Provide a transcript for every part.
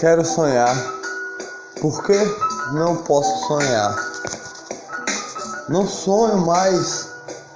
Quero sonhar. Por que não posso sonhar? Não sonho mais.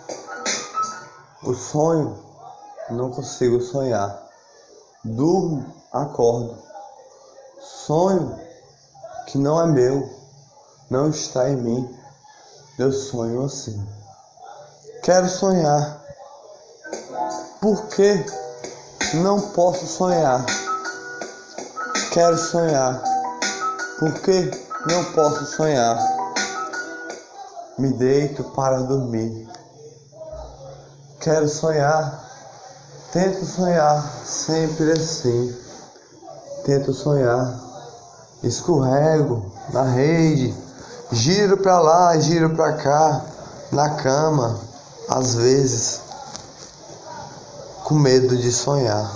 O sonho, não consigo sonhar. Durmo, acordo. Sonho que não é meu, não está em mim. Eu sonho assim. Quero sonhar. Por que não posso sonhar? Quero sonhar. Por que não posso sonhar? Me deito para dormir. Quero sonhar. Tento sonhar sempre assim. Tento sonhar. Escorrego na rede. Giro pra lá, giro pra cá. Na cama, às vezes, com medo de sonhar.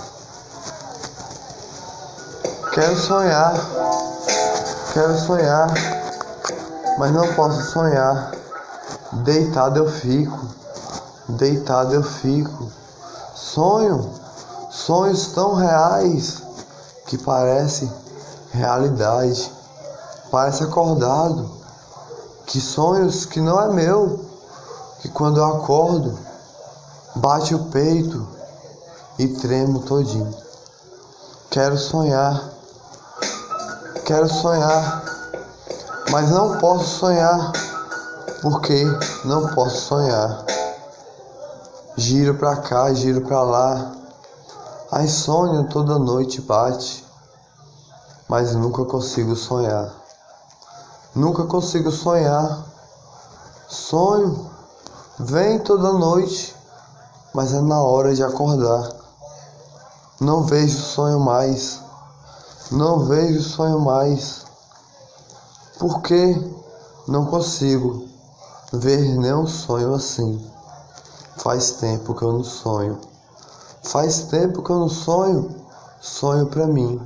Quero sonhar. Quero sonhar. Mas não posso sonhar. Deitado eu fico. Deitado eu fico. Sonho. Sonhos tão reais que parece realidade. Parece acordado. Que sonhos que não é meu. Que quando eu acordo, bate o peito e tremo todinho. Quero sonhar. Quero sonhar. Mas não posso sonhar. Porque não posso sonhar. Giro pra cá, giro pra lá. A insônia toda noite bate. Mas nunca consigo sonhar. Nunca consigo sonhar. Sonho vem toda noite, mas é na hora de acordar. Não vejo sonho mais. Não vejo sonho mais. Por que não consigo ver nenhum sonho assim? Faz tempo que eu não sonho. Faz tempo que eu não sonho. Sonho pra mim.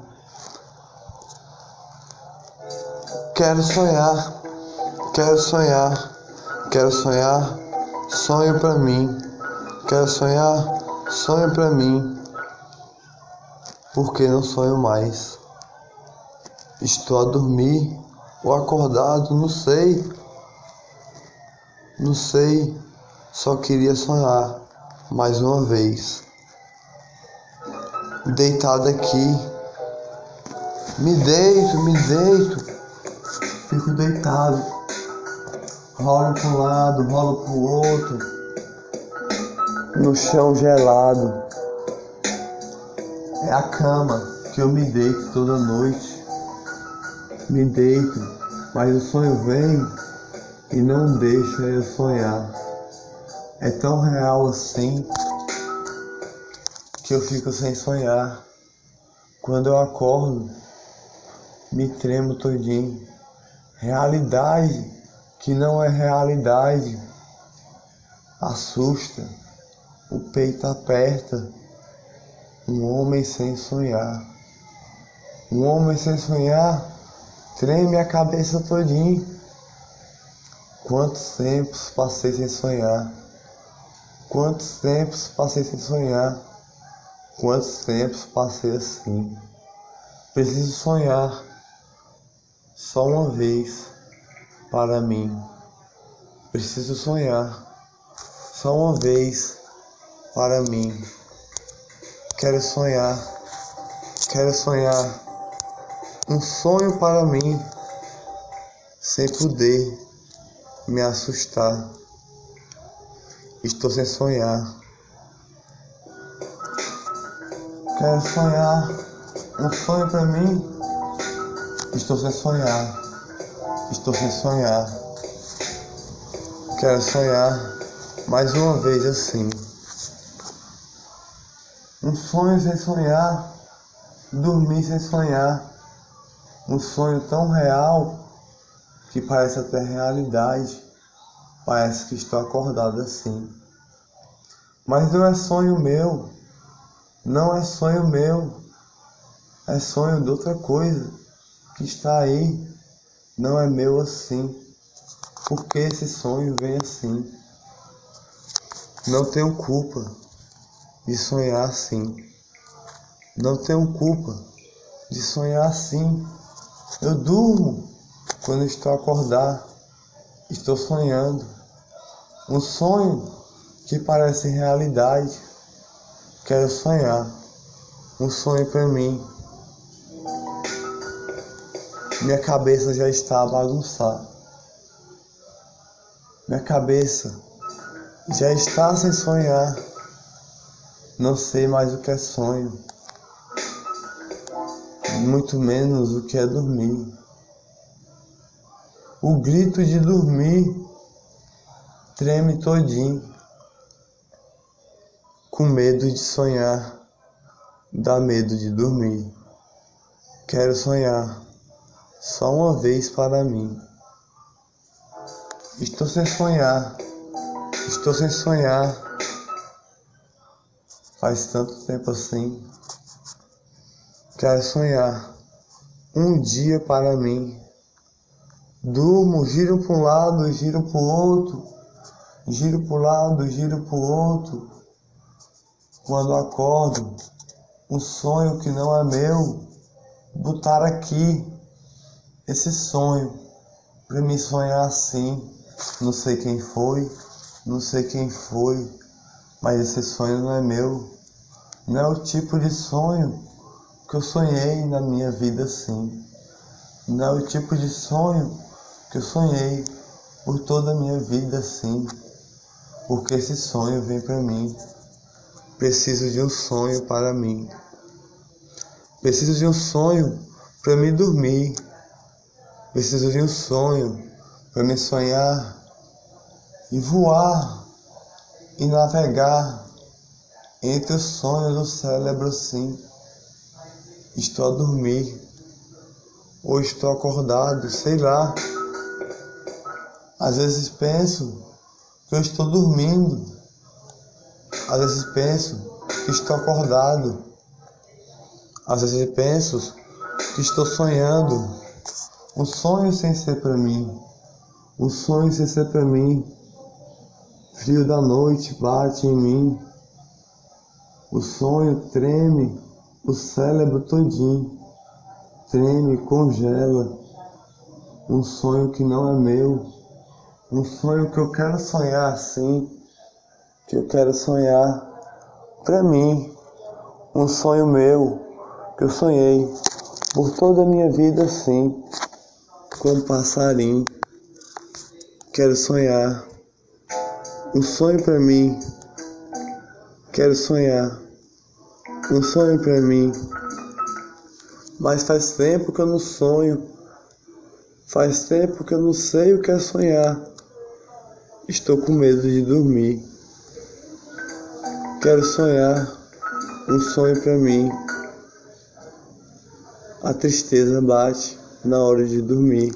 Quero sonhar. Quero sonhar. Quero sonhar. Sonho pra mim. Quero sonhar. Sonho pra mim. Porque não sonho mais. Estou a dormir ou acordado, não sei. Não sei. Só queria sonhar mais uma vez. Deitado aqui. Me deito. Fico deitado. Rolo para um lado, rolo para o outro. No chão gelado. É a cama que eu me deito toda noite. Me deito, mas o sonho vem e não deixa eu sonhar. É tão real assim que eu fico sem sonhar. Quando eu acordo, me tremo todinho. Realidade que não é realidade. Assusta, o peito aperta. Um homem sem sonhar. Um homem sem sonhar treme a cabeça todinho. Quantos tempos passei sem sonhar. Quantos tempos passei sem sonhar. Quantos tempos passei assim. Preciso sonhar só uma vez para mim. Preciso sonhar só uma vez para mim. Quero sonhar. Quero sonhar um sonho para mim, sem poder me assustar. Estou sem sonhar. Quero sonhar um sonho para mim. Estou sem sonhar. Estou sem sonhar. Quero sonhar mais uma vez assim. Um sonho sem sonhar. Dormir sem sonhar. Um sonho tão real que parece até realidade. Parece que estou acordado assim. Mas não é sonho meu. Não é sonho meu. É sonho de outra coisa que está aí. Não é meu assim. Por que esse sonho vem assim? Não tenho culpa de sonhar assim. Não tenho culpa de sonhar assim. Eu durmo quando estou a acordar. Estou sonhando. Um sonho que parece realidade. Quero sonhar. Um sonho para mim. Minha cabeça já está bagunçada. Minha cabeça já está sem sonhar. Não sei mais o que é sonho. Muito menos o que é dormir. O grito de dormir treme todinho. Com medo de sonhar, dá medo de dormir. Quero sonhar, só uma vez para mim. Estou sem sonhar, faz tanto tempo assim. Quero sonhar, um dia para mim. Durmo, giro para um lado, giro para o outro. Giro para um lado, giro para o outro. Quando acordo, um sonho que não é meu. Botar aqui esse sonho para me sonhar assim. Não sei quem foi, mas esse sonho não é meu. Não é o tipo de sonho que eu sonhei na minha vida assim. Não é o tipo de sonho que eu sonhei por toda a minha vida assim. Porque esse sonho vem para mim. Preciso de um sonho para mim. Preciso de um sonho para me dormir. Preciso de um sonho para me sonhar e voar e navegar entre os sonhos do cérebro assim. Estou a dormir ou estou acordado, sei lá. Às vezes penso que eu estou dormindo. Às vezes penso que estou acordado. Às vezes penso que estou sonhando. Um sonho sem ser para mim. Um sonho sem ser para mim. Frio da noite bate em mim. O sonho treme, o cérebro todinho. Treme, congela. Um sonho que não é meu. Um sonho que eu quero sonhar assim. Que eu quero sonhar pra mim. Um sonho meu que eu sonhei por toda a minha vida assim. Como passarinho. Quero sonhar. Um sonho pra mim. Quero sonhar. Um sonho pra mim. Mas faz tempo que eu não sonho. Faz tempo que eu não sei o que é sonhar. Estou com medo de dormir. Quero sonhar. Um sonho pra mim. A tristeza bate na hora de dormir.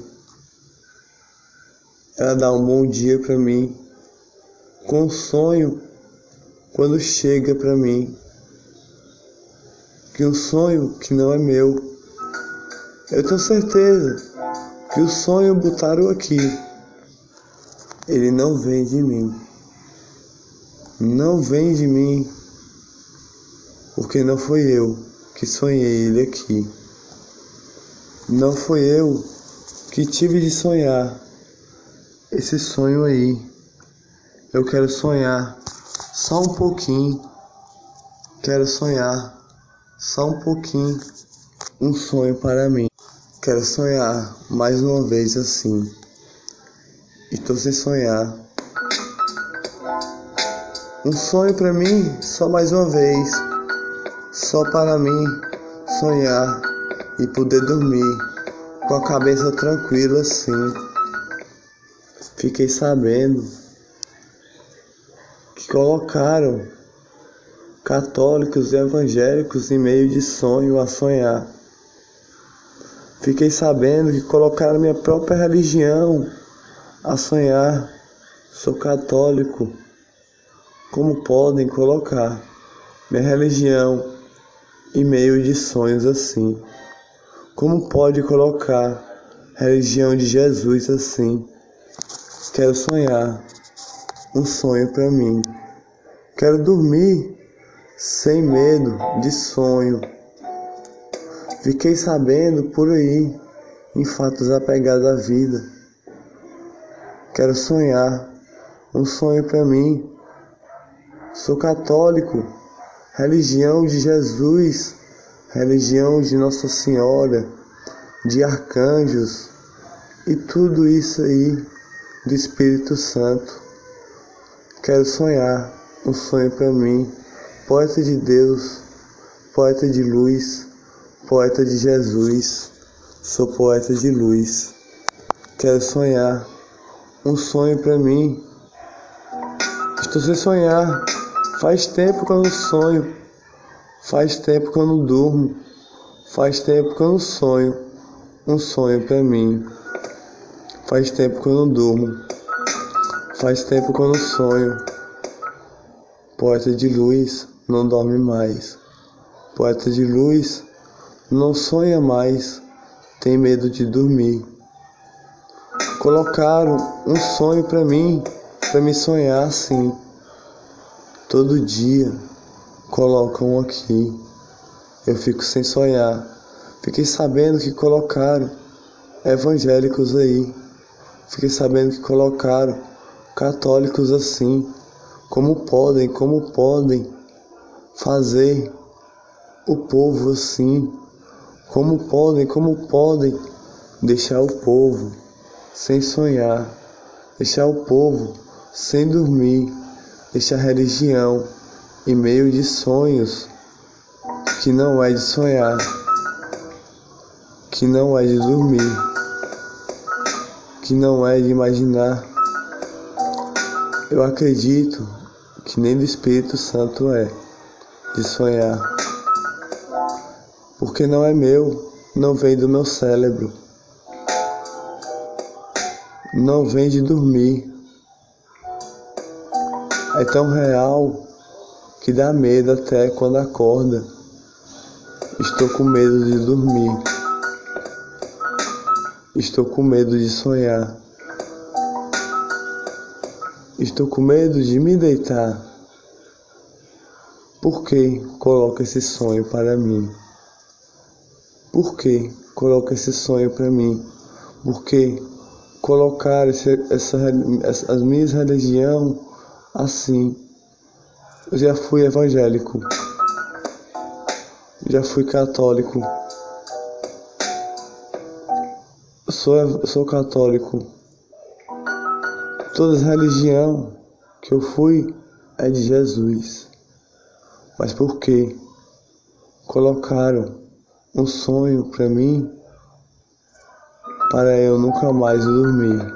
Ela dá um bom dia pra mim. Com um sonho quando chega pra mim. Que um sonho que não é meu. Eu tenho certeza que o sonho botaram aqui. Ele não vem de mim. Não vem de mim. Porque não foi eu que sonhei ele aqui. Não foi eu que tive de sonhar esse sonho aí. Eu quero sonhar só um pouquinho. Quero sonhar só um pouquinho. Um sonho para mim. Quero sonhar mais uma vez assim. Estou sem sonhar. Um sonho para mim só mais uma vez. Só para mim sonhar e poder dormir com a cabeça tranquila assim. Fiquei sabendo que colocaram católicos e evangélicos em meio de sonho a sonhar. Fiquei sabendo que colocaram minha própria religião a sonhar. Sou católico. Como podem colocar minha religião em meio de sonhos assim? Como pode colocar a religião de Jesus assim? Quero sonhar um sonho para mim. Quero dormir sem medo de sonho. Fiquei sabendo por aí, em fatos apegados à vida. Quero sonhar, um sonho para mim. Sou católico, religião de Jesus, religião de Nossa Senhora, de arcanjos e tudo isso aí do Espírito Santo. Quero sonhar, um sonho para mim. Poeta de Deus, poeta de luz, poeta de Jesus, sou poeta de luz. Quero sonhar, um sonho para mim. Estou sem sonhar, faz tempo que eu não sonho, faz tempo que eu não durmo, faz tempo que eu não sonho, um sonho para mim. Faz tempo que eu não durmo, faz tempo que eu não sonho. Poeta de luz, não dorme mais. Poeta de luz, não sonha mais, tem medo de dormir. Colocaram um sonho para mim sonhar assim. Todo dia colocam aqui, eu fico sem sonhar. Fiquei sabendo que colocaram evangélicos aí. Fiquei sabendo que colocaram católicos assim. Como podem fazer o povo assim? Como podem deixar o povo sem sonhar, deixar o povo sem dormir, deixar a religião em meio de sonhos que não é de sonhar, que não é de dormir, que não é de imaginar. Eu acredito que nem do Espírito Santo é de sonhar, porque não é meu, não vem do meu cérebro, não vem de dormir. É tão real que dá medo até quando acorda. Estou com medo de dormir, estou com medo de sonhar, estou com medo de me deitar. Por que coloca esse sonho para mim? Por que coloca esse sonho para mim? Por que colocar as minhas religiões assim? Eu já fui evangélico, já fui católico, sou católico. Toda religião que eu fui é de Jesus. Mas por que colocaram um sonho para mim para eu nunca mais dormir?